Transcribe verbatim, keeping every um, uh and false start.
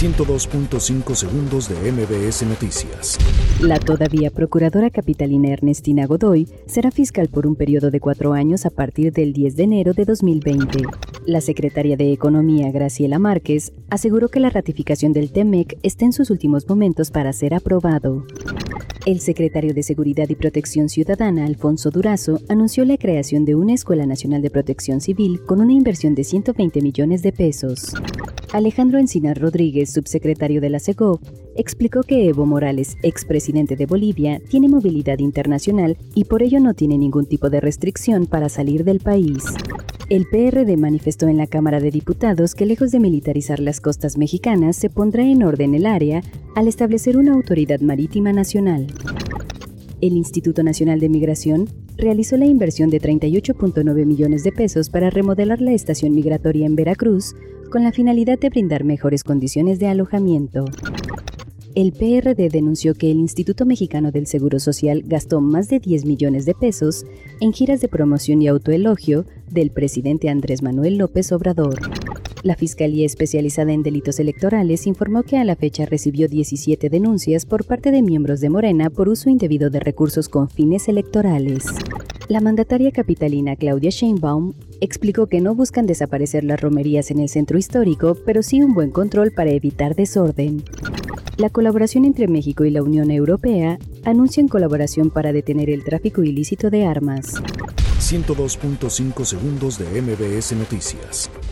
ciento dos punto cinco segundos de M B S Noticias. La todavía procuradora capitalina Ernestina Godoy será fiscal por un periodo de cuatro años a partir del diez de enero de dos mil veinte. La secretaria de Economía, Graciela Márquez, aseguró que la ratificación del T M E C está en sus últimos momentos para ser aprobado. El secretario de Seguridad y Protección Ciudadana, Alfonso Durazo, anunció la creación de una Escuela Nacional de Protección Civil con una inversión de ciento veinte millones de pesos. Alejandro Encinar Rodríguez, subsecretario de la SEGOV, explicó que Evo Morales, expresidente de Bolivia, tiene movilidad internacional y por ello no tiene ningún tipo de restricción para salir del país. El P R D manifestó en la Cámara de Diputados que lejos de militarizar las costas mexicanas, se pondrá en orden el área al establecer una autoridad marítima nacional. El Instituto Nacional de Migración realizó la inversión de treinta y ocho punto nueve millones de pesos para remodelar la estación migratoria en Veracruz, con la finalidad de brindar mejores condiciones de alojamiento. El P R D denunció que el Instituto Mexicano del Seguro Social gastó más de diez millones de pesos en giras de promoción y autoelogio del presidente Andrés Manuel López Obrador. La Fiscalía Especializada en Delitos Electorales informó que a la fecha recibió diecisiete denuncias por parte de miembros de Morena por uso indebido de recursos con fines electorales. La mandataria capitalina Claudia Sheinbaum explicó que no buscan desaparecer las romerías en el centro histórico, pero sí un buen control para evitar desorden. La colaboración entre México y la Unión Europea anuncian colaboración para detener el tráfico ilícito de armas. ciento dos punto cinco segundos de M B S Noticias.